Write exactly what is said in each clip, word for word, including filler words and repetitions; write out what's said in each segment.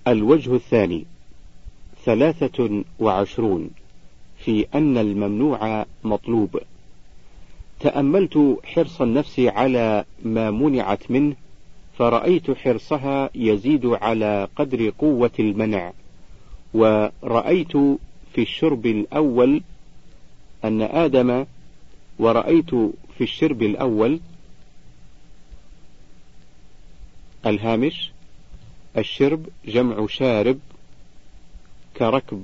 الوجه الثاني ثلاثة وعشرون في أن الممنوع مطلوب. تأملت حرص النفس على ما منعت منه، فرأيت حرصها يزيد على قدر قوة المنع. ورأيت في الشرب الأول أن آدم ورأيت في الشرب الأول الهامش الشرب جمع شارب كركب،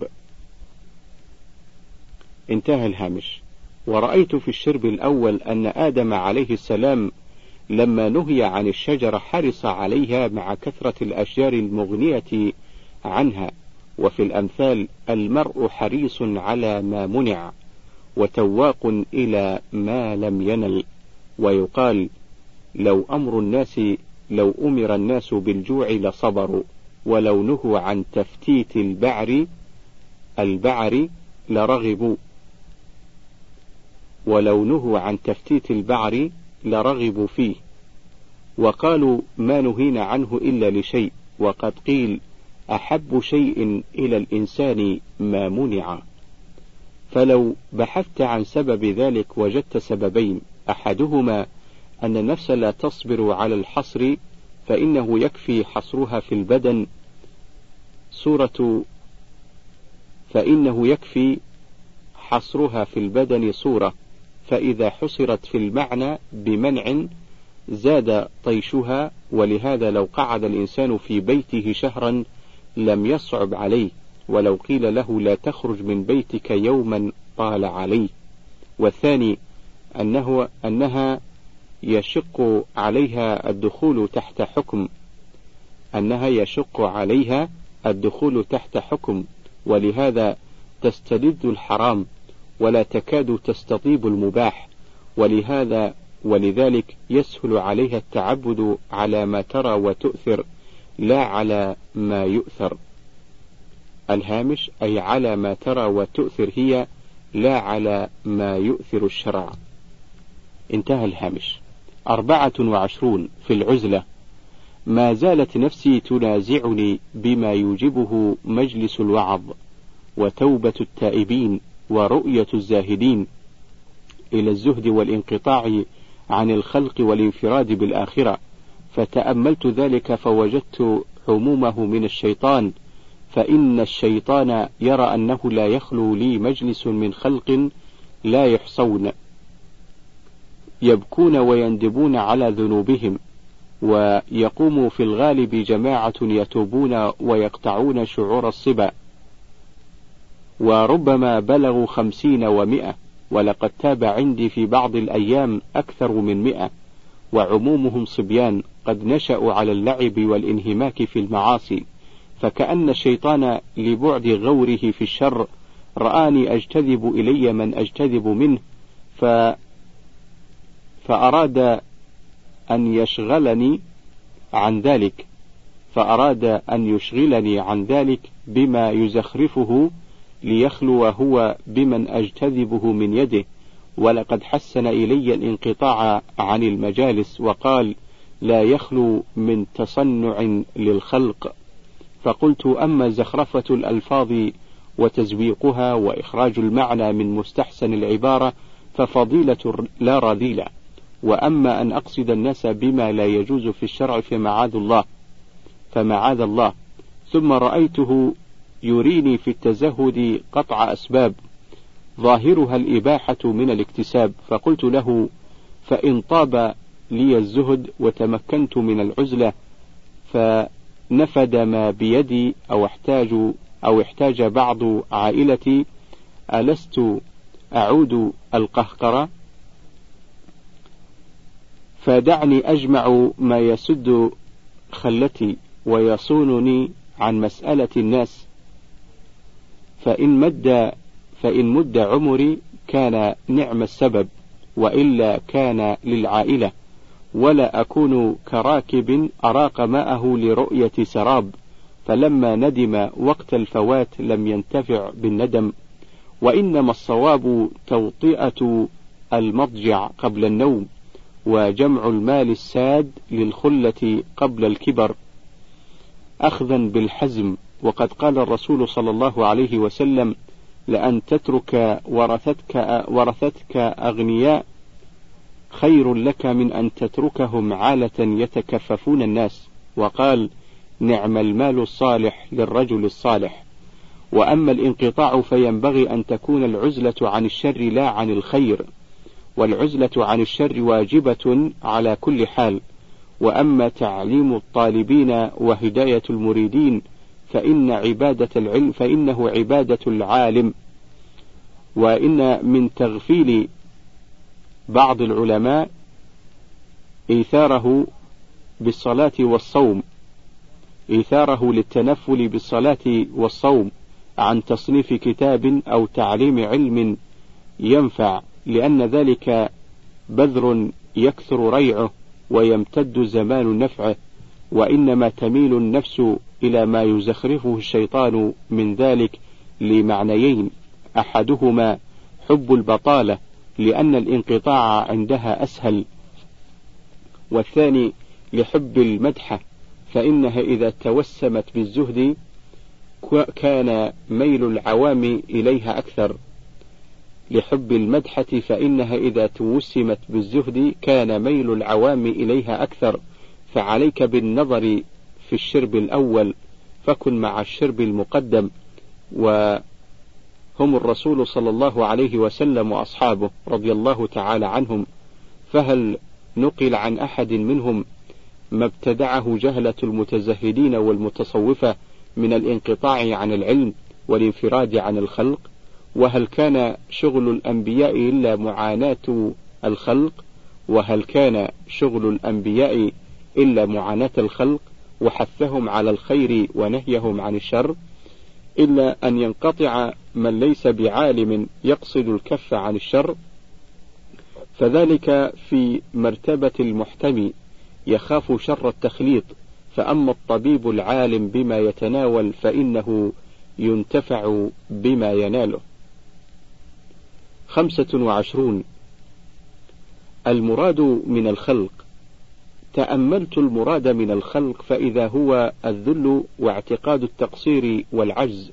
انتهى الهامش. ورأيت في الشرب الأول أن آدم عليه السلام لما نهي عن الشجرة حرص عليها مع كثرة الأشجار المغنية عنها. وفي الأمثال المرء حريص على ما منع وتواق إلى ما لم ينل. ويقال لو أمر الناس لو أمر الناس بالجوع لصبروا، ولو نهوا عن تفتيت البعر البعر لرغبوا ولو نهوا عن تفتيت البعر لرغبوا فيه. وقالوا ما نهينا عنه إلا لشيء، وقد قيل أحب شيء إلى الإنسان ما منع. فلو بحثت عن سبب ذلك وجدت سببين: أحدهما أن النفس لا تصبر على الحصر، فإنه يكفي حصرها في البدن صورة فإنه يكفي حصرها في البدن صورة، فإذا حصرت في المعنى بمنع زاد طيشها. ولهذا لو قعد الإنسان في بيته شهرا لم يصعب عليه، ولو قيل له لا تخرج من بيتك يوما طال عليه. والثاني أنه أنها يشق عليها الدخول تحت حكم أنها يشق عليها الدخول تحت حكم ولهذا تستلذ الحرام ولا تكاد تستطيب المباح. ولهذا ولذلك يسهل عليها التعبد على ما ترى وتؤثر لا على ما يؤثر. الهامش أي على ما ترى وتؤثر هي، لا على ما يؤثر الشرع. انتهى الهامش. أربعة وعشرون في العزلة. ما زالت نفسي تنازعني بما يوجبه مجلس الوعظ وتوبة التائبين ورؤية الزاهدين إلى الزهد والانقطاع عن الخلق والانفراد بالآخرة. فتأملت ذلك فوجدت همومه من الشيطان، فإن الشيطان يرى أنه لا يخلو لي مجلس من خلق لا يحصون يبكون ويندبون على ذنوبهم، ويقوم في الغالب جماعة يتوبون ويقطعون شعور الصبا، وربما بلغوا خمسين ومئة، ولقد تاب عندي في بعض الأيام أكثر من مئة، وعمومهم صبيان قد نشأوا على اللعب والانهماك في المعاصي. فكأن الشيطان لبعد غوره في الشر رآني أجتذب إلي من أجتذب منه، ف... فأراد أن يشغلني عن ذلك فأراد أن يشغلني عن ذلك بما يزخرفه ليخلو هو بمن أجتذبه من يده. ولقد حسن إلي الانقطاع عن المجالس، وقال لا يخلو من تصنع للخلق. فقلت أما زخرفة الألفاظ وتزويقها وإخراج المعنى من مستحسن العبارة ففضيلة لا رذيلة، وأما أن أقصد الناس بما لا يجوز في الشرع فمعاذ الله فمعاذ الله. ثم رأيته يريني في التزهد قطع أسباب ظاهرها الإباحة من الاكتساب، فقلت له فإن طاب لي الزهد وتمكنت من العزلة فنفد ما بيدي أو احتاج أو احتاج بعض عائلتي ألست أعود القهقرة؟ فدعني أجمع ما يسد خلتي ويصونني عن مسألة الناس، فإن مد فإن مد عمري كان نعم السبب، وإلا كان للعائلة، ولا أكون كراكب أراق ماءه لرؤية سراب، فلما ندم وقت الفوات لم ينتفع بالندم. وإنما الصواب توطئة المضجع قبل النوم، وجمع المال الساد للخلة قبل الكبر. أخذا بالحزم. وقد قال الرسول صلى الله عليه وسلم: لأن تترك ورثتك, ورثتك أغنياء خير لك من أن تتركهم عالة يتكففون الناس. وقال: نعم المال الصالح للرجل الصالح. وأما الانقطاع فينبغي أن تكون العزلة عن الشر لا عن الخير، والعزلة عن الشر واجبة على كل حال. وأما تعليم الطالبين وهداية المريدين فإن عبادة العلم فإنه عبادة العالم. وإن من تغفيل بعض العلماء إيثاره بالصلاة والصوم إيثاره للتنفل بالصلاة والصوم عن تصنيف كتاب أو تعليم علم ينفع، لأن ذلك بذر يكثر ريعه ويمتد زمان نفعه. وإنما تميل النفس إلى ما يزخرفه الشيطان من ذلك لمعنيين: أحدهما حب البطالة لأن الانقطاع عندها أسهل، والثاني لحب المدحة فإنها إذا توسمت بالزهد كان ميل العوام إليها أكثر. لحب المدحة فإنها إذا توسمت بالزهد كان ميل العوام إليها أكثر. فعليك بالنظر في الشرب الأول، فكن مع الشرب المقدم، وهم الرسول صلى الله عليه وسلم وأصحابه رضي الله تعالى عنهم. فهل نقل عن أحد منهم ما ابتدعه جهلة المتزهدين والمتصوفة من الانقطاع عن العلم والانفراد عن الخلق؟ وهل كان شغل الأنبياء إلا معاناة الخلق؟ وهل كان شغل الأنبياء إلا معاناة الخلق وحثهم على الخير ونهيهم عن الشر؟ إلا أن ينقطع من ليس بعالم يقصد الكف عن الشر، فذلك في مرتبة المحتمي يخاف شر التخليط. فأما الطبيب العالم بما يتناول فإنه ينتفع بما يناله. خمسة وعشرون. المراد من الخلق. تأملت المراد من الخلق فإذا هو الذل واعتقاد التقصير والعجز.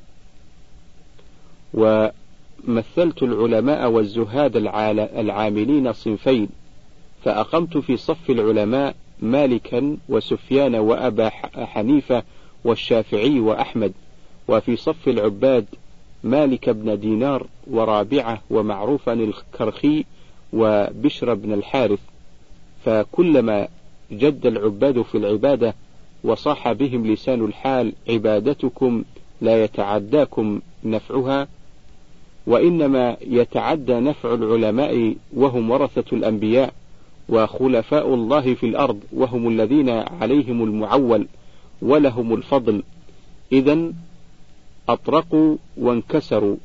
ومثلت العلماء والزهاد العاملين صنفين، فأقمت في صف العلماء مالكا وسفيان وأبا حنيفة والشافعي وأحمد، وفي صف العباد مالك بن دينار ورابعة ومعروفا الكرخي وبشر بن الحارث. فكلما جد العباد في العبادة وصاح بهم لسان الحال: عبادتكم لا يتعداكم نفعها، وإنما يتعدى نفع العلماء وهم ورثة الأنبياء وخلفاء الله في الأرض، وهم الذين عليهم المعول ولهم الفضل. إذن أطرقوا وانكسروا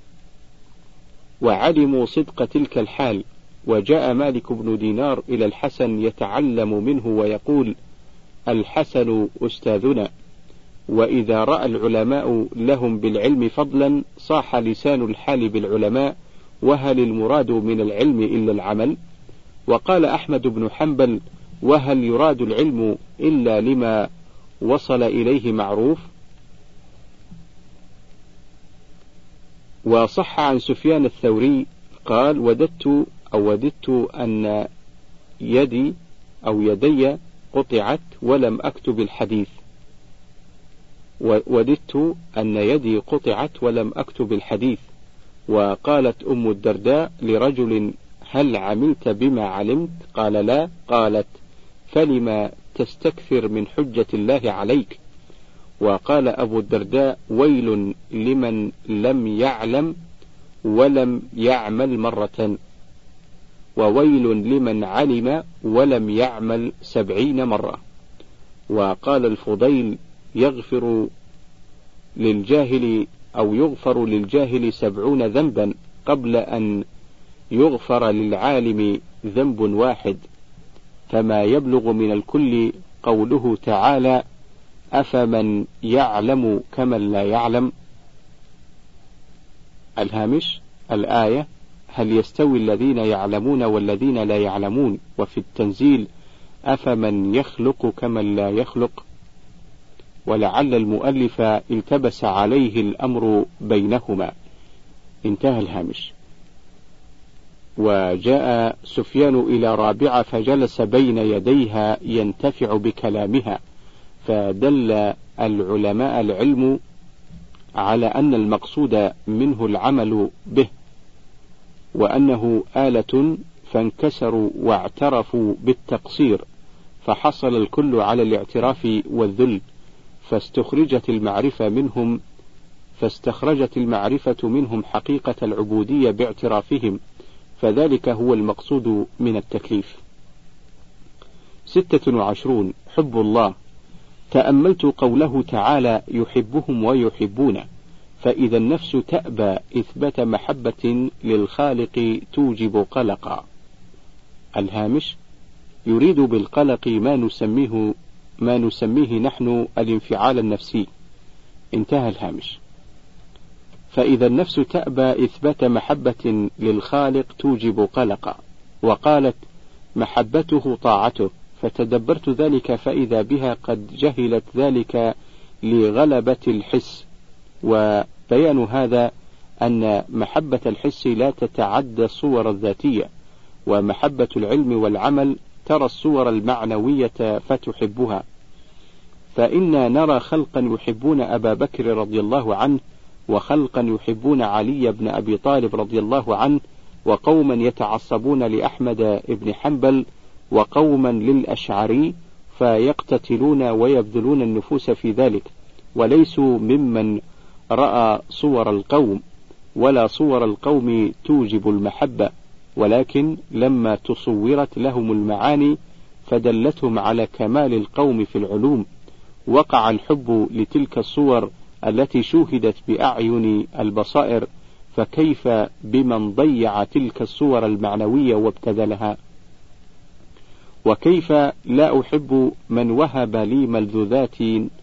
وعلموا صدق تلك الحال. وجاء مالك بن دينار إلى الحسن يتعلم منه ويقول: الحسن أستاذنا. وإذا رأى العلماء لهم بالعلم فضلا صاح لسان الحال بالعلماء: وهل المراد من العلم إلا العمل؟ وقال أحمد بن حنبل: وهل يراد العلم إلا لما وصل إليه معروف؟ وصح عن سفيان الثوري قال: وددت أو وددت أن يدي أو يدي قطعت ولم أكتب الحديث وددت أن يدي قطعت ولم أكتب الحديث. وقالت أم الدرداء لرجل: هل عملت بما علمت؟ قال: لا. قالت: فلما تستكثر من حجة الله عليك؟ وقال أبو الدرداء: ويل لمن لم يعلم ولم يعمل مرة، وويل لمن علم ولم يعمل سبعين مرة. وقال الفضيل: يغفر للجاهل أو يغفر للجاهل سبعون ذنبا قبل أن يغفر للعالم ذنب واحد. فما يبلغ من الكل قوله تعالى: أفمن يعلم كمن لا يعلم. الهامش: الآية: هل يستوي الذين يعلمون والذين لا يعلمون؟ وفي التنزيل: أفمن يخلق كمن لا يخلق. ولعل المؤلف التبس عليه الأمر بينهما. انتهى الهامش. وجاء سفيان إلى رابعة فجلس بين يديها ينتفع بكلامها، فدل العلماء العلم على أن المقصود منه العمل به، وأنه آلة، فانكسروا واعترفوا بالتقصير، فحصل الكل على الاعتراف والذل، فاستخرجت المعرفة منهم فاستخرجت المعرفة منهم حقيقة العبودية باعترافهم، فذلك هو المقصود من التكليف. ستة وعشرون. حب الله. تأملت قوله تعالى: يحبهم ويحبونه، فإذا النفس تأبى إثبات محبة للخالق توجب قلقا. الهامش: يريد بالقلق ما نسميه ما نسميه نحن الانفعال النفسي. انتهى الهامش. فإذا النفس تأبى إثبات محبة للخالق توجب قلقا، وقالت: محبته طاعته، فتدبرت ذلك فإذا بها قد جهلت ذلك لغلبة الحس. وبيان هذا أن محبة الحس لا تتعدى الصور الذاتية، ومحبة العلم والعمل ترى الصور المعنوية فتحبها. فإنا نرى خلقا يحبون أبا بكر رضي الله عنه، وخلقا يحبون علي بن أبي طالب رضي الله عنه، وقوما يتعصبون لأحمد بن حنبل، وقوما للأشعري، فيقتتلون ويبذلون النفوس في ذلك، وليسوا ممن رأى صور القوم، ولا صور القوم توجب المحبة، ولكن لما تصورت لهم المعاني فدلتهم على كمال القوم في العلوم، وقع الحب لتلك الصور التي شوهدت بأعين البصائر، فكيف بمن ضيع تلك الصور المعنوية وابتذلها؟ وكيف لا أحب من وهب لي ملذوذات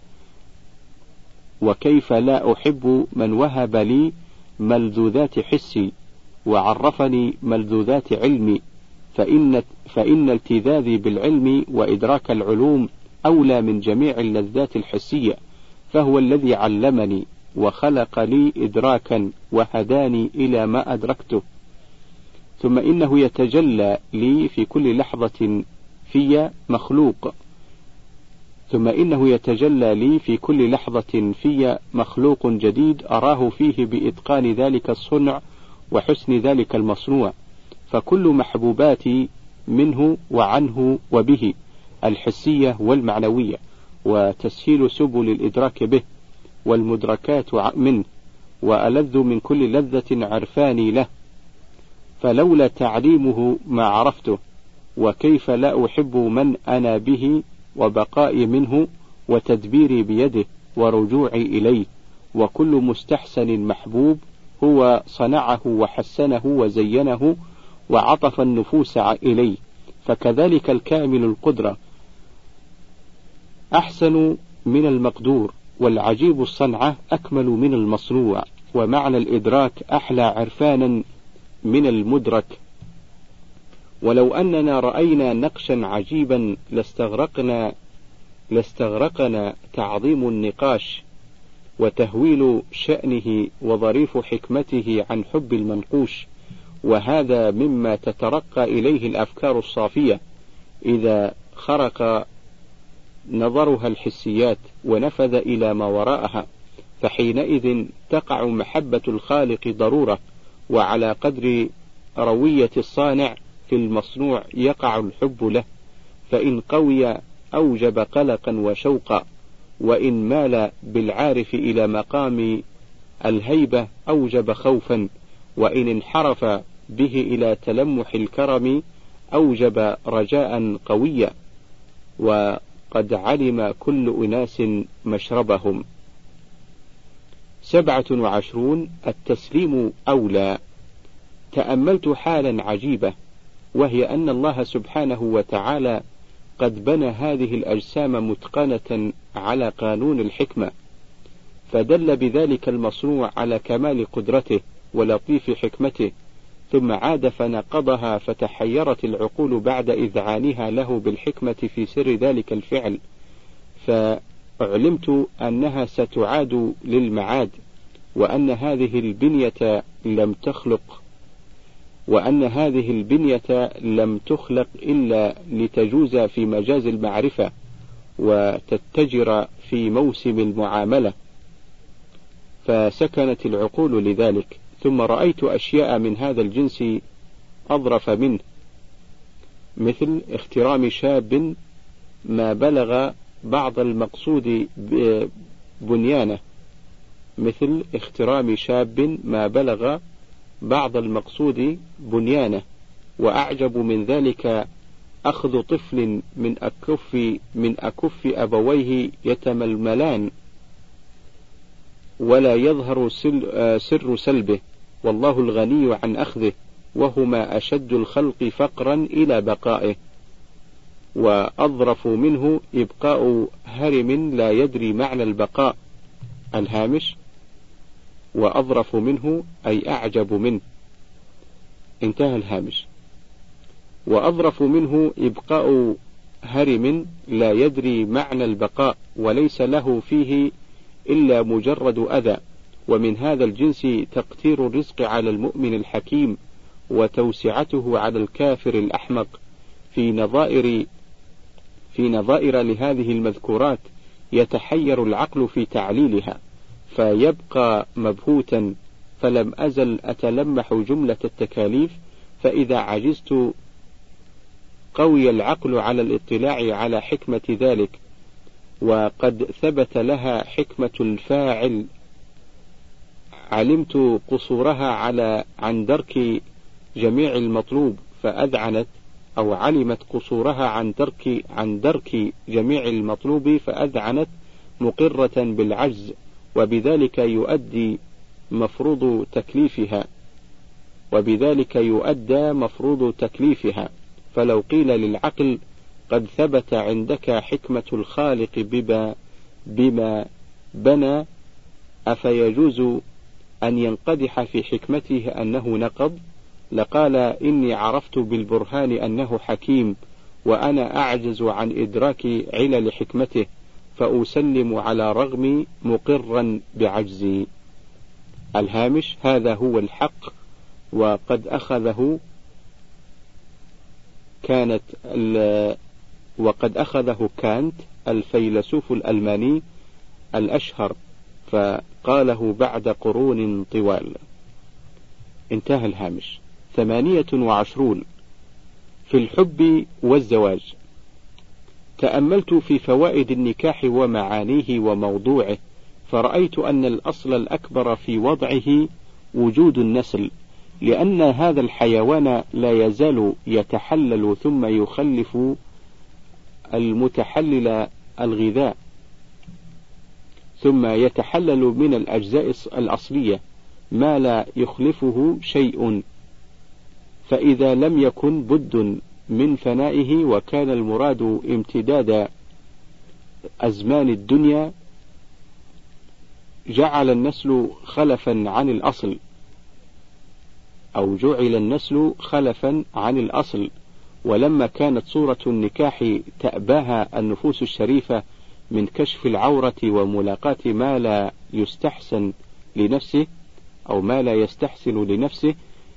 وكيف لا أحب من وهب لي ملذوذات حسي وعرفني ملذوذات علمي، فإن, فإن التذاذي بالعلم وإدراك العلوم أولى من جميع اللذات الحسية، فهو الذي علمني وخلق لي إدراكا وهداني إلى ما أدركته. ثم إنه يتجلى لي في كل لحظة في مخلوق ثم إنه يتجلى لي في كل لحظة في مخلوق جديد أراه فيه بإتقان ذلك الصنع وحسن ذلك المصنوع، فكل محبوباتي منه وعنه وبه، الحسية والمعنوية، وتسهيل سبل الإدراك به والمدركات منه، وألذ من كل لذة عرفاني له، فلولا تعليمه ما عرفته. وكيف لا أحب من أنا به وبقائي منه وتدبيري بيده ورجوعي إليه، وكل مستحسن محبوب هو صنعه وحسنه وزينه وعطف النفوس إليه، فكذلك الكامل القدرة أحسن من المقدور، والعجيب الصنعة أكمل من المصنوع، ومعنى الإدراك أحلى عرفانا من المدرك. ولو أننا رأينا نقشا عجيبا لاستغرقنا لاستغرقنا تعظيم النقاش وتهويل شأنه وظريف حكمته عن حب المنقوش، وهذا مما تترقى إليه الأفكار الصافية إذا خرق نظرها الحسيات ونفذ إلى ما وراءها، فحينئذ تقع محبة الخالق ضرورة، وعلى قدر روية الصانع في المصنوع يقع الحب له، فإن قوي أوجب قلقا وشوقا، وإن مال بالعارف إلى مقام الهيبة أوجب خوفا، وإن انحرف به إلى تلمح الكرم أوجب رجاء قويا، وقد علم كل أناس مشربهم. سبعة وعشرون. التسليم أولى. تأملت حالا عجيبة، وهي أن الله سبحانه وتعالى قد بنى هذه الأجسام متقنة على قانون الحكمة، فدل بذلك المصنوع على كمال قدرته ولطيف حكمته، ثم عاد فنقضها فتحيرت العقول بعد إذعانها له بالحكمة في سر ذلك الفعل، علمت أنها ستعاد للمعاد، وأن هذه البنية لم تخلق وأن هذه البنية لم تخلق إلا لتجوز في مجاز المعرفة وتتجر في موسم المعاملة، فسكنت العقول لذلك. ثم رأيت أشياء من هذا الجنس أظرف منه، مثل اخترام شاب ما بلغ بعض المقصود بنيانه مثل اخترام شاب ما بلغ بعض المقصود بنيانه وأعجب من ذلك أخذ طفل من أكف من أكف أبويه يتململان ولا يظهر سر سلبه، والله الغني عن أخذه، وهما أشد الخلق فقرا إلى بقائه. وأظرف منه إبقاء هرم لا يدري معنى البقاء. الهامش: وأظرف منه أي أعجب منه. انتهى الهامش. وأظرف منه إبقاء هرم لا يدري معنى البقاء وليس له فيه إلا مجرد أذى. ومن هذا الجنس تقتير الرزق على المؤمن الحكيم وتوسعته على الكافر الأحمق في نظائر في نظائر لهذه المذكورات يتحير العقل في تعليلها فيبقى مبهوتا. فلم أزل أتلمح جملة التكاليف، فإذا عجزت قوي العقل على الاطلاع على حكمة ذلك، وقد ثبت لها حكمة الفاعل علمت قصورها على عن درك جميع المطلوب فأذعنت، أو علمت قصورها عن درك عن درك جميع المطلوب فأذعنت مقرة بالعجز، وبذلك يؤدي مفروض تكليفها وبذلك يؤدى مفروض تكليفها. فلو قيل للعقل قد ثبت عندك حكمة الخالق بما, بما بنى، أفيجوز أن ينقدح في حكمته أنه نقض؟ لقال إني عرفت بالبرهان أنه حكيم، وأنا أعجز عن إدراك علل حكمته، فأسلم على رغمي مقرا بعجزي. الهامش: هذا هو الحق، وقد أخذه كانت وقد أخذه كانت الفيلسوف الألماني الأشهر، فقاله بعد قرون طوال. انتهى الهامش. ثمانية وعشرون. في الحب والزواج. تأملت في فوائد النكاح ومعانيه وموضوعه، فرأيت أن الأصل الأكبر في وضعه وجود النسل، لأن هذا الحيوان لا يزال يتحلل ثم يخلف المتحلل الغذاء، ثم يتحلل من الأجزاء الأصلية ما لا يخلفه شيء، فإذا لم يكن بد من فنائه وكان المراد امتداد أزمان الدنيا جعل النسل خلفا عن الأصل أو جعل النسل خلفا عن الأصل. ولما كانت صورة النكاح تأباها النفوس الشريفة من كشف العورة وملاقاة ما لا يستحسن لنفسه أو ما لا يستحسن لنفسه،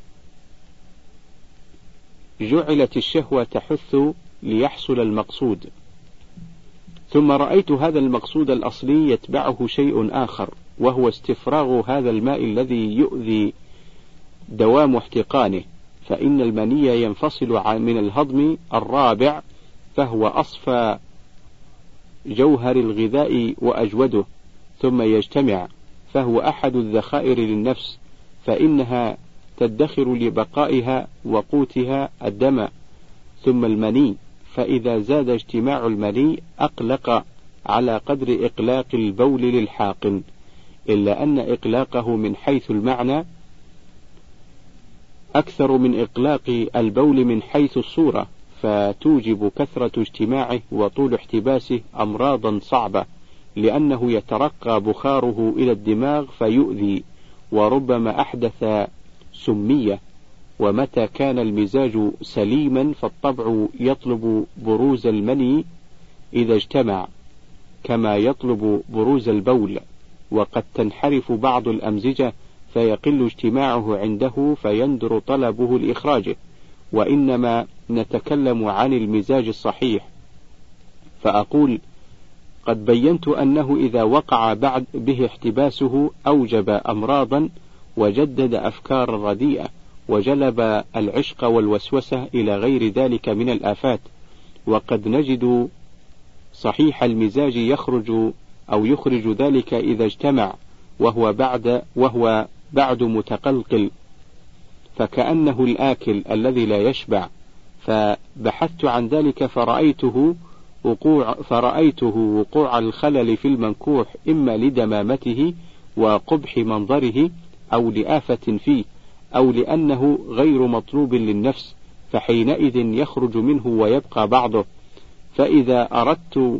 جعلت الشهوة تحث ليحصل المقصود. ثم رأيت هذا المقصود الأصلي يتبعه شيء آخر، وهو استفراغ هذا الماء الذي يؤذي دوام احتقانه، فإن المني ينفصل من الهضم الرابع، فهو أصفى جوهر الغذاء وأجوده، ثم يجتمع، فهو أحد الذخائر للنفس، فإنها تدخر لبقائها وقوتها الدم. ثم المني، فإذا زاد اجتماع المني أقلق على قدر إقلاق البول للحاقن، إلا أن إقلاقه من حيث المعنى أكثر من إقلاق البول من حيث الصورة، فتوجب كثرة اجتماعه وطول احتباسه أمراضا صعبة، لأنه يترقى بخاره إلى الدماغ فيؤذي، وربما أحدث سمية. ومتى كان المزاج سليما فالطبع يطلب بروز المني إذا اجتمع، كما يطلب بروز البول، وقد تنحرف بعض الأمزجة فيقل اجتماعه عنده فيندر طلبه لإخراجه، وإنما نتكلم عن المزاج الصحيح. فأقول: قد بينت أنه إذا وقع بعد به احتباسه أوجب أمراضا وجدد أفكارا رديئة وجلب العشق والوسوسة إلى غير ذلك من الآفات. وقد نجد صحيح المزاج يخرج أو يخرج ذلك إذا اجتمع وهو بعد وهو بعد متقلقل، فكأنه الآكل الذي لا يشبع. فبحثت عن ذلك فرأيته وقوع فرأيته وقوع الخلل في المنكوح، إما لدمامته وقبح منظره، أو لآفة فيه، أو لأنه غير مطلوب للنفس، فحينئذ يخرج منه ويبقى بعضه. فإذا أردت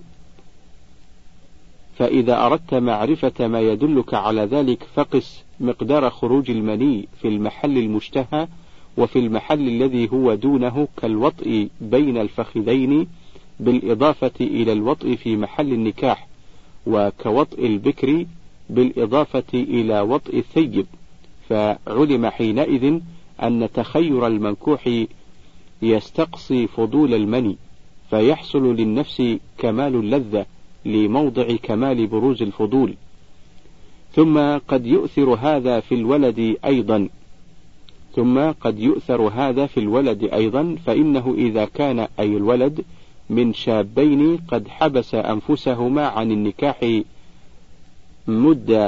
فإذا أردت معرفة ما يدلك على ذلك فقس مقدار خروج المني في المحل المشتهى وفي المحل الذي هو دونه، كالوطء بين الفخذين بالإضافة إلى الوطء في محل النكاح، وكوطء البكر بالإضافة إلى وطء الثيب. فعلم حينئذ أن تخير المنكوح يستقصي فضول المني، فيحصل للنفس كمال اللذة لموضع كمال بروز الفضول. ثم قد يؤثر هذا في الولد أيضا ثم قد يؤثر هذا في الولد أيضا فإنه إذا كان أي الولد من شابين قد حبس أنفسهما عن النكاح مد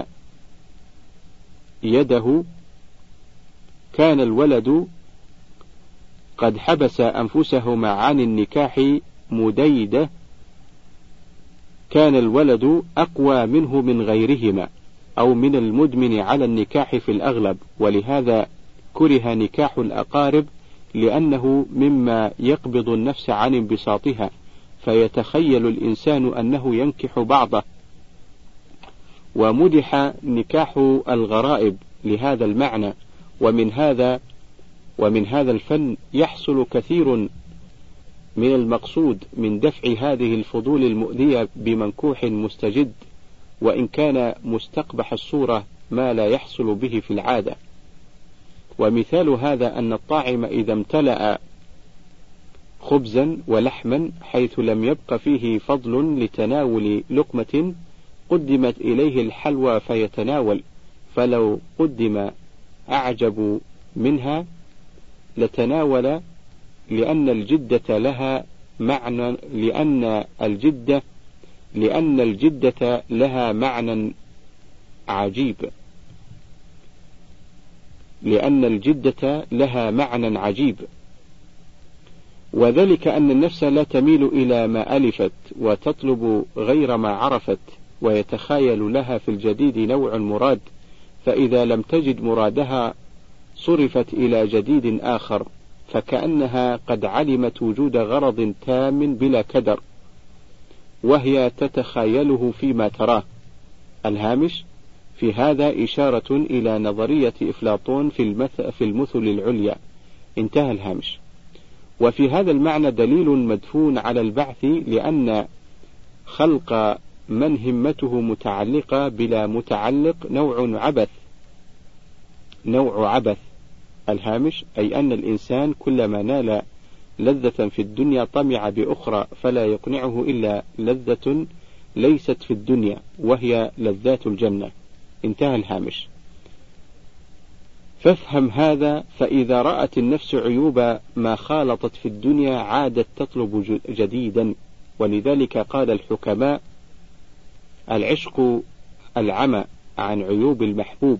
يده كان الولد قد حبس أنفسهما عن النكاح مديدة كان الولد أقوى منه من غيرهما أو من المدمن على النكاح في الأغلب. ولهذا كره نكاح الأقارب، لأنه مما يقبض النفس عن انبساطها، فيتخيل الإنسان أنه ينكح بعضه. ومدح نكاح الغرائب لهذا المعنى. ومن هذا ومن هذا الفن يحصل كثير من المقصود من دفع هذه الفضول المؤذية بمنكوح مستجد، وإن كان مستقبح الصورة ما لا يحصل به في العادة. ومثال هذا أن الطاعم إذا امتلأ خبزا ولحما حيث لم يبق فيه فضل لتناول لقمة قدمت إليه الحلوى فيتناول، فلو قدم أعجب منها لتناول، لأن الجدة لها معنى لأن الجدة لأن الجدة لها معنى عجيب لأن الجدة لها معنى عجيب وذلك أن النفس لا تميل إلى ما ألفت وتطلب غير ما عرفت، ويتخيل لها في الجديد نوع مراد، فإذا لم تجد مرادها صرفت إلى جديد آخر، فكأنها قد علمت وجود غرض تام بلا كدر، وهي تتخيله فيما تراه. الهامش في هذا إشارة إلى نظرية أفلاطون في المثل, في المثل العليا. انتهى الهامش. وفي هذا المعنى دليل مدفون على البعث، لأن خلق من همته متعلقة بلا متعلق نوع عبث نوع عبث الهامش أي أن الإنسان كلما نال لذة في الدنيا طمع بأخرى، فلا يقنعه إلا لذة ليست في الدنيا وهي لذات الجنة. انتهى الهامش. فافهم هذا، فإذا رأت النفس عيوب ما خالطت في الدنيا عادت تطلب جديدا. ولذلك قال الحكماء: العشق العمى عن عيوب المحبوب،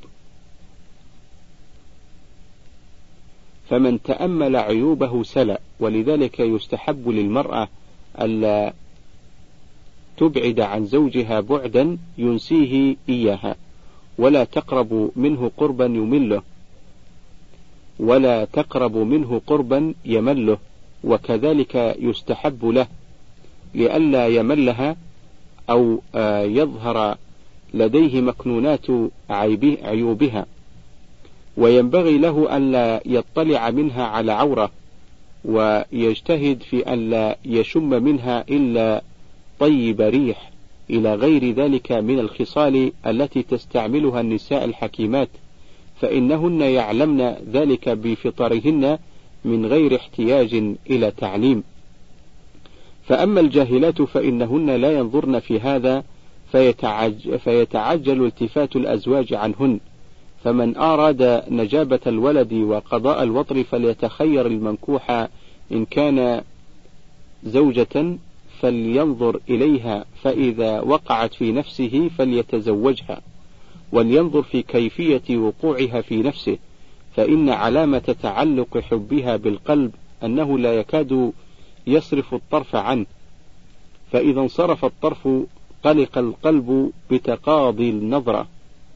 فمن تأمل عيوبه سلأ. ولذلك يستحب للمرأة ألا تبعد عن زوجها بعدا ينسيه إياها، ولا تقرب منه قربا يمله ولا تقرب منه قربا يمله وكذلك يستحب له لئلا يملها أو يظهر لديه مكنونات عيوبها، وينبغي له ألا يطلع منها على عورة، ويجتهد في أن لا يشم منها إلا طيب ريح، إلى غير ذلك من الخصال التي تستعملها النساء الحكيمات، فإنهن يعلمن ذلك بفطرهن من غير احتياج إلى تعليم. فأما الجاهلات فإنهن لا ينظرن في هذا فيتعج فيتعجل التفات الأزواج عنهن. فمن أراد نجابة الولد وقضاء الوطر فليتخير المنكوح إن كان زوجة فلينظر إليها، فإذا وقعت في نفسه فليتزوجها، ولينظر في كيفية وقوعها في نفسه، فإن علامة تعلق حبها بالقلب أنه لا يكاد يصرف الطرف عنه، فإذا انصرف الطرف قلق القلب بتقاضي النظرة.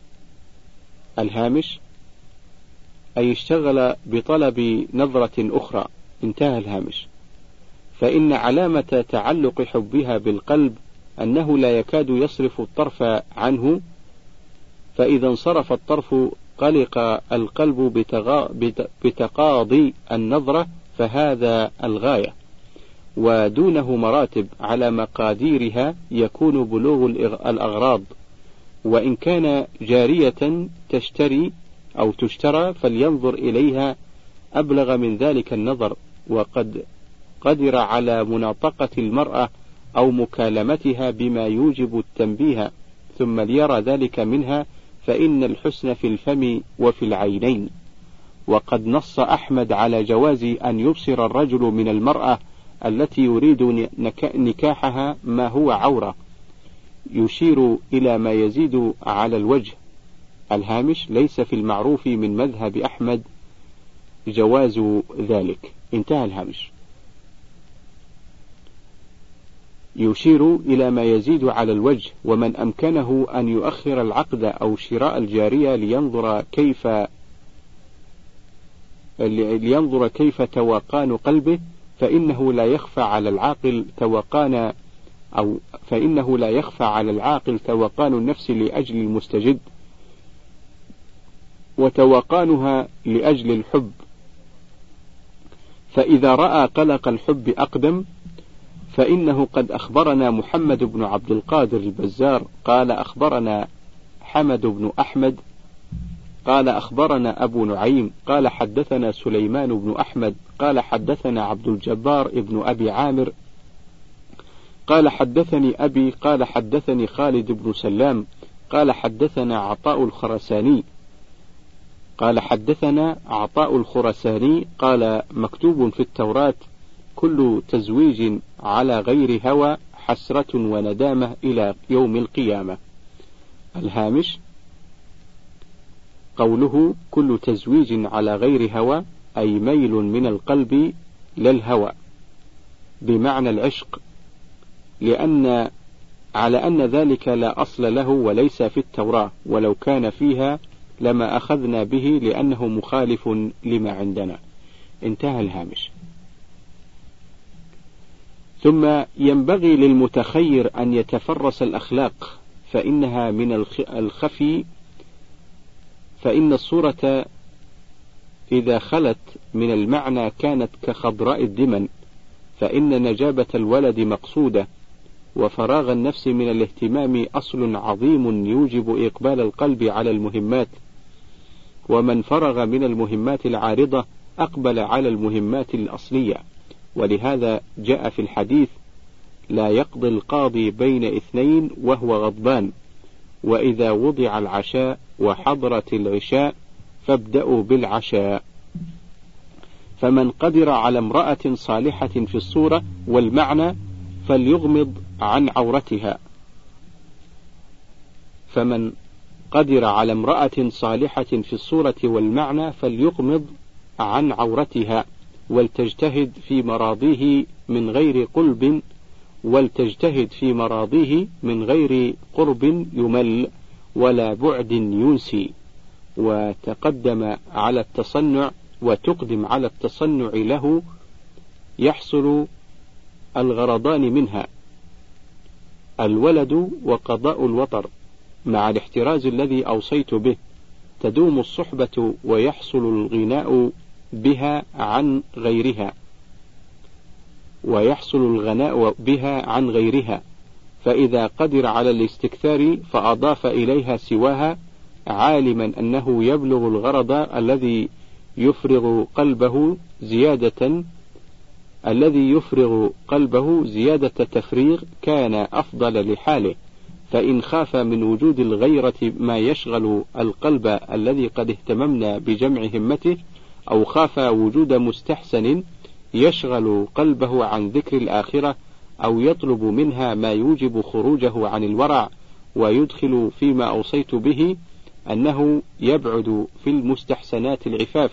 الهامش أي اشتغل بطلب نظرة أخرى. انتهى الهامش. فإن علامة تعلق حبها بالقلب أنه لا يكاد يصرف الطرف عنه، فإذا انصرف الطرف قلق القلب بتقاضي النظرة، فهذا الغاية، ودونه مراتب على مقاديرها يكون بلوغ الأغراض. وإن كان جارية تشتري أو تشترى فلينظر إليها أبلغ من ذلك النظر، وقد قدر على مناطقة المرأة أو مكالمتها بما يوجب التنبيه، ثم ليرى ذلك منها، فإن الحسن في الفم وفي العينين. وقد نص أحمد على جواز أن يبصر الرجل من المرأة التي يريد نكاحها ما هو عورة، يشير إلى ما يزيد على الوجه. الهامش ليس في المعروف من مذهب أحمد جواز ذلك. انتهى الهامش. يشير إلى ما يزيد على الوجه. ومن أمكنه أن يؤخر العقد أو شراء الجارية لينظر كيف لينظر كيف توقان قلبه، فإنه لا يخفى على العاقل توقان أو فإنه لا يخفى على العاقل توقان النفس لأجل المستجد، وتوقانها لأجل الحب. فإذا رأى قلق الحب أقدم، فإنه قد أخبرنا محمد بن عبد القادر البزار قال أخبرنا حمد بن أحمد قال أخبرنا أبو نعيم قال حدثنا سليمان بن أحمد قال حدثنا عبد الجبار ابن أبي عامر قال حدثني أبي قال حدثني خالد بن سلام قال حدثنا عطاء الخرساني قال حدثنا عطاء الخرساني قال مكتوب في التوراة كل تزويج على غير هوى حسرة وندامة إلى يوم القيامة. الهامش قوله كل تزويج على غير هوى أي ميل من القلب للهوى بمعنى العشق، لأن على أن ذلك لا أصل له وليس في التوراة، ولو كان فيها لما أخذنا به لأنه مخالف لما عندنا. انتهى الهامش. ثم ينبغي للمتخير أن يتفرس الأخلاق، فإنها من الخفي، فإن الصورة إذا خلت من المعنى كانت كخضراء الدمن، فإن نجابة الولد مقصودة، وفراغ النفس من الاهتمام أصل عظيم يوجب إقبال القلب على المهمات، ومن فرغ من المهمات العارضة أقبل على المهمات الأصلية. ولهذا جاء في الحديث لا يقضي القاضي بين اثنين وهو غضبان، وإذا وضع العشاء وحضرت العشاء فابدأوا بالعشاء. فمن قدر على امرأة صالحة في الصورة والمعنى فليغمض عن عورتها فمن قدر على امرأة صالحة في الصورة والمعنى فليغمض عن عورتها، ولتجتهد في مراضيه من غير قلب ولتجتهد في مراضيه من غير قرب يمل ولا بعد ينسي. وتقدم على التصنع وتقدم على التصنع له يحصل الغرضان منها الولد وقضاء الوطر مع الاحتراز الذي أوصيت به، تدوم الصحبة ويحصل الغناء بها عن غيرها ويحصل الغناء بها عن غيرها فإذا قدر على الاستكثار فأضاف إليها سواها عالما أنه يبلغ الغرض الذي يفرغ قلبه زيادة الذي يفرغ قلبه زيادة تفريغ كان أفضل لحاله. فإن خاف من وجود الغيرة ما يشغل القلب الذي قد اهتممنا بجمع همته، أو خاف وجود مستحسن يشغل قلبه عن ذكر الآخرة، أو يطلب منها ما يوجب خروجه عن الورع ويدخل فيما أوصيت به أنه يبعد في المستحسنات العفاف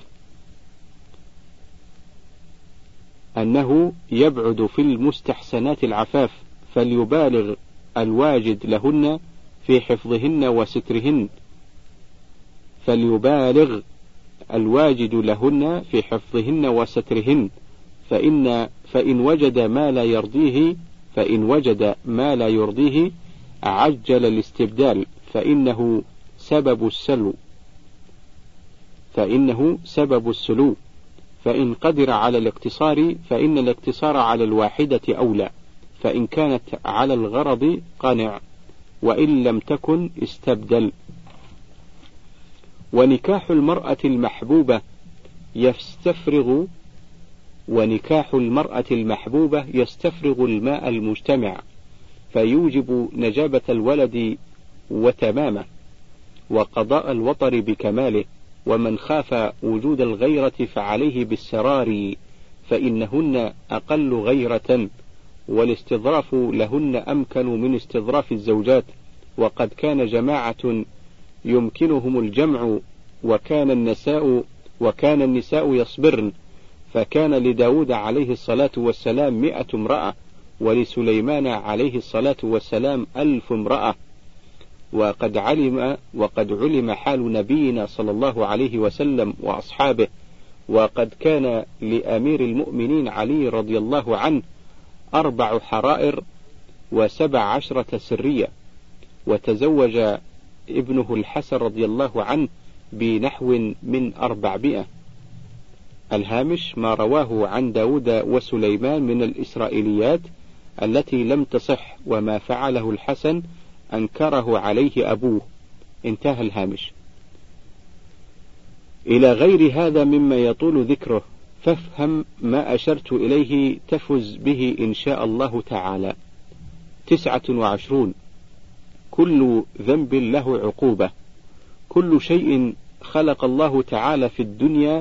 أنه يبعد في المستحسنات العفاف فليبالغ الواجد لهن في حفظهن وسترهن فليبالغ الواجد لهن في حفظهن وسترهن فإن فإن وجد ما لا يرضيه فإن وجد ما لا يرضيه عجل الاستبدال فإنه سبب السلو فإنه سبب السلو فإن قدر على الاقتصار فإن الاقتصار على الواحدة أولى، فإن كانت على الغرض قنع، وإن لم تكن استبدل. ونكاح المرأة المحبوبة يستفرغ ونكاح المرأة المحبوبة يستفرغ الماء المجتمع فيوجب نجابة الولد وتمامه وقضاء الوطر بكماله. ومن خاف وجود الغيرة فعليه بالسرار فإنهن أقل غيرة، والاستظراف لهن أمكن من استظراف الزوجات. وقد كان جماعة يمكنهم الجمع وكان النساء وكان النساء يصبرن، فكان لداود عليه الصلاة والسلام مئة امرأة، ولسليمان عليه الصلاة والسلام ألف امرأة. وقد علم وقد علم حال نبينا صلى الله عليه وسلم وأصحابه. وقد كان لأمير المؤمنين علي رضي الله عنه أربع حرائر وسبع عشرة سرية، وتزوج ابنه الحسن رضي الله عنه بنحو من أربعمائة. الهامش: ما رواه عن داود وسليمان من الإسرائيليات التي لم تصح، وما فعله الحسن أنكره عليه أبوه. انتهى الهامش. إلى غير هذا مما يطول ذكره فافهم ما أشرت إليه تفز به إن شاء الله تعالى. تسعة وعشرون. كل ذنب له عقوبة. كل شيء خلق الله تعالى في الدنيا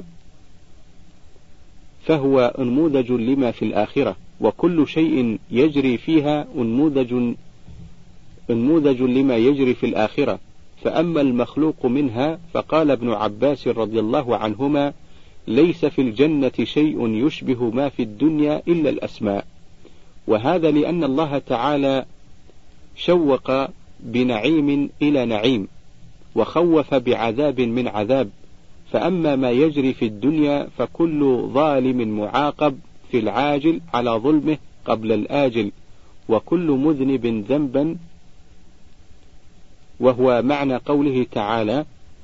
فهو أنموذج لما في الآخرة، وكل شيء يجري فيها أنموذج أنموذج لما يجري في الآخرة. فأما المخلوق منها فقال ابن عباس رضي الله عنهما: ليس في الجنة شيء يشبه ما في الدنيا إلا الأسماء. وهذا لأن الله تعالى شوق بنعيم إلى نعيم، وخوف بعذاب من عذاب. فأما ما يجري في الدنيا فكل ظالم معاقب في العاجل على ظلمه قبل الآجل، وكل مذنب ذنبا، وهو معنى قوله تعالى: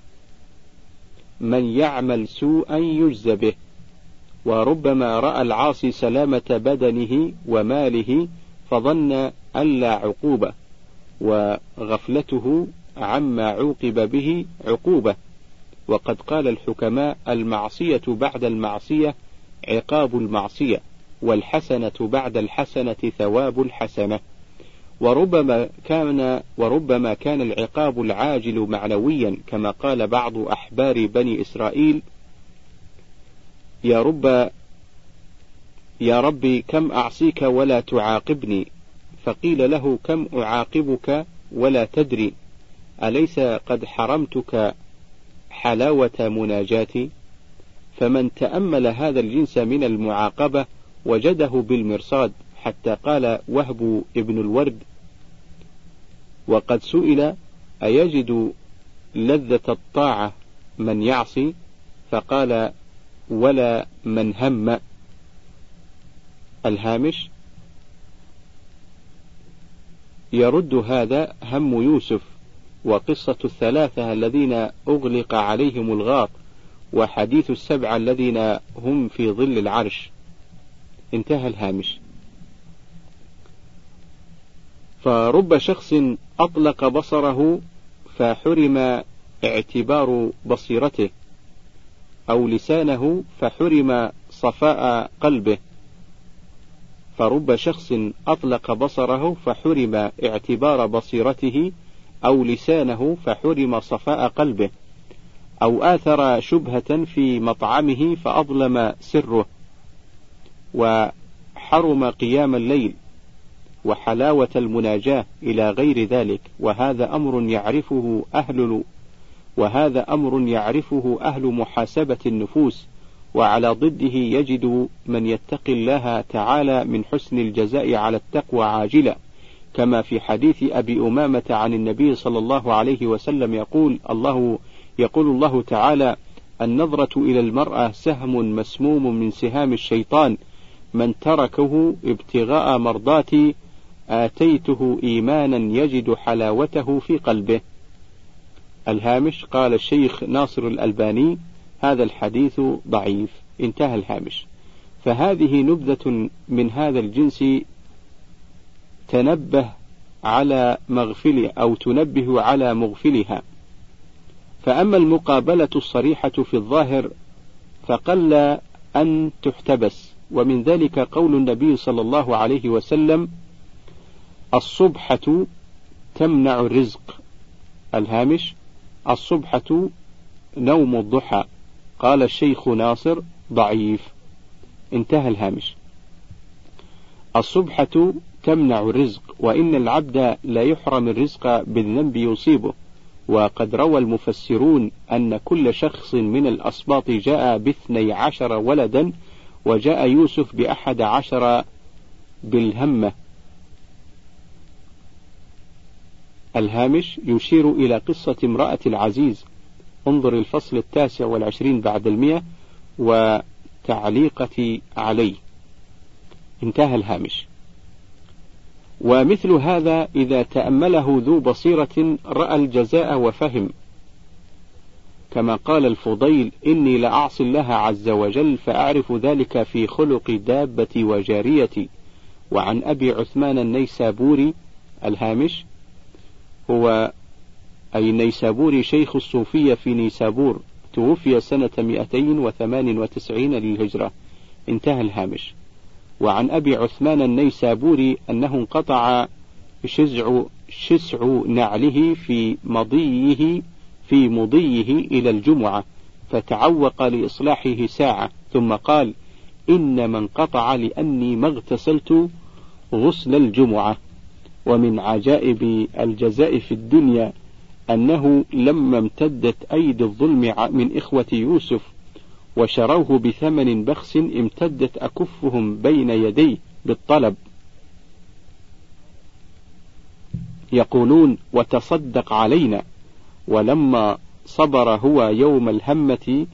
من يعمل سوءا يجز به. وربما رأى العاصي سلامة بدنه وماله فظن ألا عقوبة، وغفلته عما عوقب به عقوبة. وقد قال الحكماء: المعصية بعد المعصية عقاب المعصية، والحسنة بعد الحسنة ثواب الحسنة. وربما كان وربما كان العقاب العاجل معنويا، كما قال بعض أحبار بني إسرائيل: يا رب يا ربي كم أعصيك ولا تعاقبني؟ فقيل له: كم أعاقبك ولا تدري؟ أليس قد حرمتك حلاوة مناجاتي؟ فمن تأمل هذا الجنس من المعاقبة وجده بالمرصاد، حتى قال وهب ابن الورد: وقد سئل: أيجد لذة الطاعة من يعصي؟ فقال: ولا من هم. الهامش: يرد هذا هم يوسف، وقصة الثلاثة الذين أغلق عليهم الغار، وحديث السبعة الذين هم في ظل العرش. انتهى الهامش. فرب شخص أطلق بصره فحرم اعتبار بصيرته، أو لسانه فحرم صفاء قلبه. فرب شخص أطلق بصره فحرم اعتبار بصيرته، أو لسانه فحرم صفاء قلبه، أو آثر شبهة في مطعمه فأظلم سره، وحرم قيام الليل وحلاوة المناجاة إلى غير ذلك. وهذا أمر يعرفه أهل وهذا أمر يعرفه أهل محاسبة النفوس، وعلى ضده يجد من يتقي الله تعالى من حسن الجزاء على التقوى عاجلا، كما في حديث أبي أمامة عن النبي صلى الله عليه وسلم يقول الله يقول الله تعالى: النظرة إلى المرأة سهم مسموم من سهام الشيطان، من تركه ابتغاء مرضاتي آتيته إيمانا يجد حلاوته في قلبه. الهامش: قال الشيخ ناصر الألباني: هذا الحديث ضعيف. انتهى الهامش. فهذه نبذة من هذا الجنس تنبه على مغفله أو تنبه على مغفلها. فأما المقابلة الصريحة في الظاهر فقل أن تحتبس، ومن ذلك قول النبي صلى الله عليه وسلم: الصبحة تمنع الرزق. الهامش: الصبحة نوم الضحى. قال الشيخ ناصر: ضعيف. انتهى الهامش. الصبحة تمنع الرزق، وإن العبد لا يحرم الرزق بالذنب يصيبه. وقد روى المفسرون أن كل شخص من الأسباط جاء باثني عشر ولدا، وجاء يوسف بأحد عشر بالهمة. الهامش: يشير إلى قصة امرأة العزيز. انظر الفصل التاسع والعشرين بعد المئة وتعليقة عليه. انتهى الهامش. ومثل هذا إذا تأمله ذو بصيرة رأى الجزاء وفهم، كما قال الفضيل: إني لأعصي الله عز وجل فأعرف ذلك في خلق دابتي وجاريتي. وعن أبي عثمان النيسابوري. الهامش: هو أي النيسابوري شيخ الصوفية في نيسابور، توفي سنة مئتين وثمان وتسعين للهجرة. انتهى الهامش. وعن أبي عثمان النيسابوري أنه انقطع شزع, شسع نعله في مضيه في مضيه إلى الجمعة، فتعوق لإصلاحه ساعة، ثم قال: إنما انقطع لأني ما اغتسلت غسل الجمعة. ومن عجائب الجزاء في الدنيا أنه لما امتدت أيدي الظلم من إخوة يوسف وشروه بثمن بخس امتدت أكفهم بين يديه بالطلب، يقولون: وتصدق علينا. ولما صبر هو يوم الهمة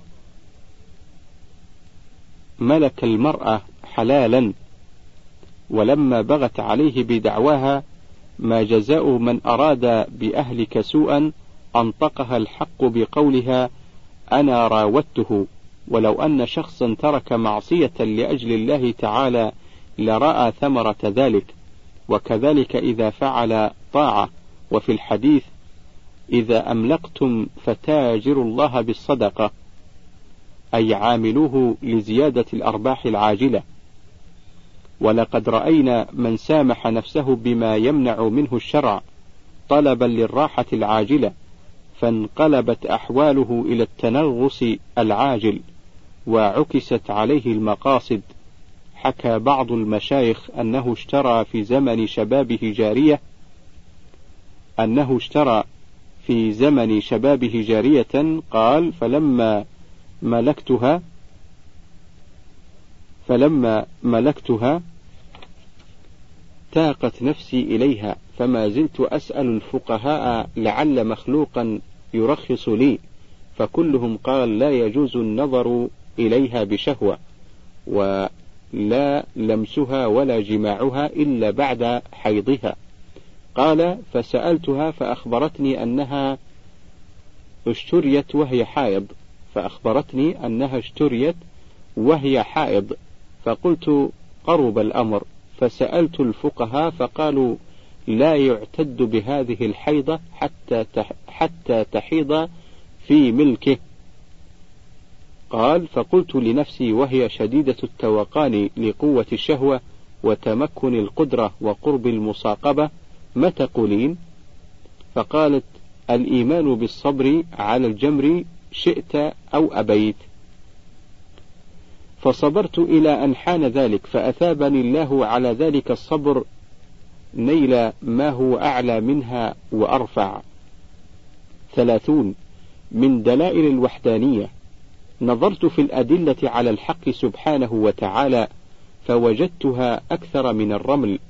ملك المرأة حلالا، ولما بغت عليه بدعواها: ما جزاء من أراد بأهلك سوءا، أنطقها الحق بقولها: أنا راودته. ولو أن شخصا ترك معصية لأجل الله تعالى لرأى ثمرة ذلك. وكذلك إذا فعل طاعة. وفي الحديث: إذا أملقتم فتاجروا الله بالصدقة، أي عاملوه لزيادة الأرباح العاجلة. ولقد رأينا من سامح نفسه بما يمنع منه الشرع طلبا للراحة العاجلة، فانقلبت أحواله إلى التنغص العاجل، وعكست عليه المقاصد. حكى بعض المشايخ أنه اشترى في زمن شبابه جارية أنه اشترى في زمن شبابه جارية قال: فلما ملكتها فلما ملكتها تاقت نفسي إليها، فما زلت أسأل الفقهاء لعل مخلوقا يرخص لي، فكلهم قال: لا يجوز النظر إليها بشهوة، ولا لمسها ولا جماعها إلا بعد حيضها. قال: فسألتها فأخبرتني أنها اشتريت وهي حائض فأخبرتني أنها اشتريت وهي حائض فقلت: قرب الأمر. فسألت الفقهاء فقالوا: لا يعتد بهذه الحيضة حتى حتى تحيض في ملكه. قال: فقلت لنفسي وهي شديدة التوقان لقوة الشهوة وتمكن القدرة وقرب المصاقبة: ما تقولين؟ فقالت: الإيمان بالصبر على الجمر شئت أو أبيت. فصبرت إلى أن حان ذلك، فأثابني الله على ذلك الصبر نيل ما هو أعلى منها وأرفع. ثلاثون. من دلائل الوحدانية: نظرت في الأدلة على الحق سبحانه وتعالى فوجدتها أكثر من الرمل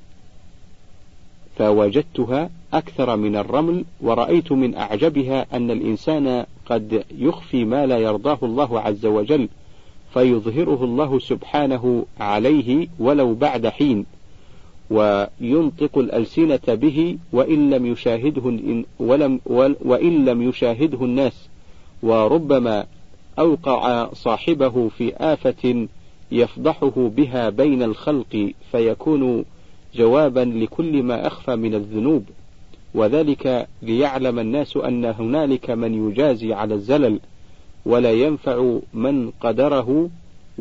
فوجدتها أكثر من الرمل ورأيت من أعجبها أن الإنسان قد يخفي ما لا يرضاه الله عز وجل فيظهره الله سبحانه عليه ولو بعد حين، وينطق الألسنة به وإن لم يشاهده ولم وإن لم يشاهده الناس، وربما أوقع صاحبه في آفة يفضحه بها بين الخلق فيكون جوابا لكل ما أخفى من الذنوب، وذلك ليعلم الناس أن هنالك من يجازي على الزلل، ولا ينفع من قدره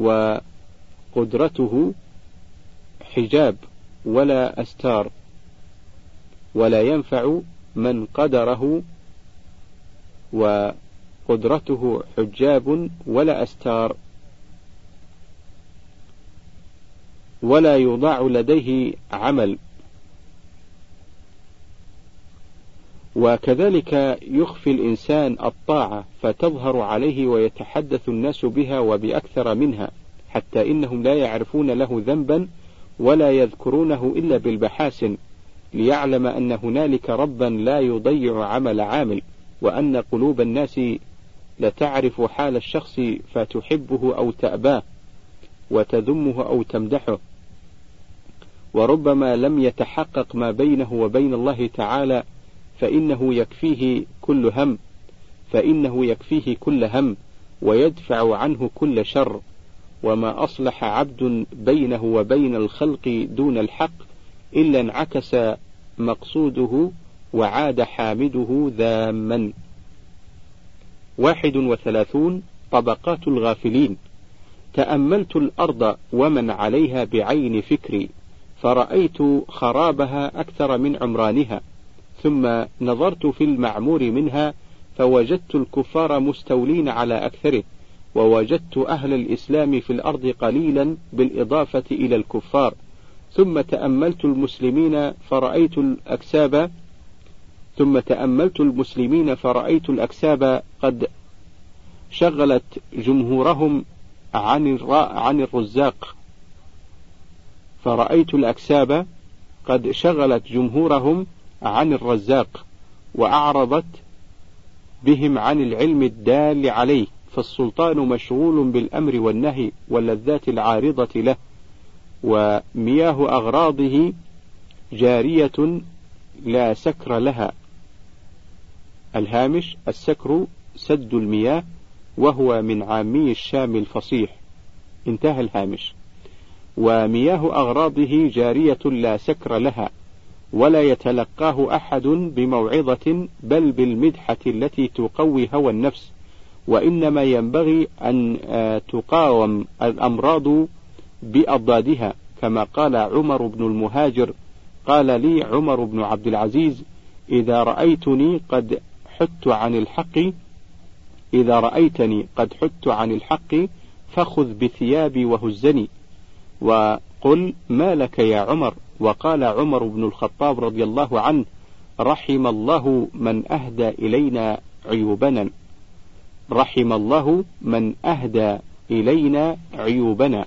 وقدرته حجاب ولا أستار ولا ينفع من قدره وقدرته حجاب ولا أستار، ولا يوضع لديه عمل. وكذلك يخفي الإنسان الطاعة فتظهر عليه ويتحدث الناس بها وبأكثر منها، حتى إنهم لا يعرفون له ذنبا ولا يذكرونه إلا بالبحاسن، ليعلم أن هنالك ربا لا يضيع عمل عامل، وأن قلوب الناس لتعرف حال الشخص فتحبه أو تأباه وتذمه أو تمدحه، وربما لم يتحقق ما بينه وبين الله تعالى فإنه يكفيه كل هم فإنه يكفيه كل هم ويدفع عنه كل شر، وما أصلح عبد بينه وبين الخلق دون الحق إلا انعكس مقصوده وعاد حامده ذاما. واحد وثلاثون. طبقات الغافلين: تأملت الأرض ومن عليها بعين فكري فرأيت خرابها أكثر من عمرانها، ثم نظرت في المعمور منها فوجدت الكفار مستولين على أكثره، ووجدت أهل الإسلام في الأرض قليلا بالإضافة إلى الكفار، ثم تأملت المسلمين فرأيت الأكساب ثم تأملت المسلمين فرأيت الأكساب قد شغلت جمهورهم عن عن الرزاق فرأيت الأكساب قد شغلت جمهورهم عن الرزاق وأعرضت بهم عن العلم الدال عليه، فالسلطان مشغول بالأمر والنهي واللذات العارضة له، ومياه أغراضه جارية لا سكر لها. الهامش: السكر سد المياه، وهو من عامي الشام الفصيح. انتهى الهامش. ومياه أغراضه جارية لا سكر لها، ولا يتلقاه أحد بموعظة بل بالمدحة التي تقوي هوى النفس، وإنما ينبغي أن تقاوم الأمراض بأضدادها، كما قال عمر بن المهاجر: قال لي عمر بن عبد العزيز: إذا رأيتني قد حدت عن الحق إذا رأيتني قد حدت عن الحق فخذ بثيابي وهزني، وقل ما لك يا عمر. وقال عمر بن الخطاب رضي الله عنه: رحم الله من أهدى إلينا عيوبنا رحم الله من أهدى إلينا عيوبنا.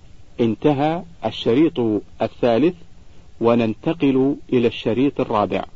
انتهى الشريط الثالث، وننتقل إلى الشريط الرابع.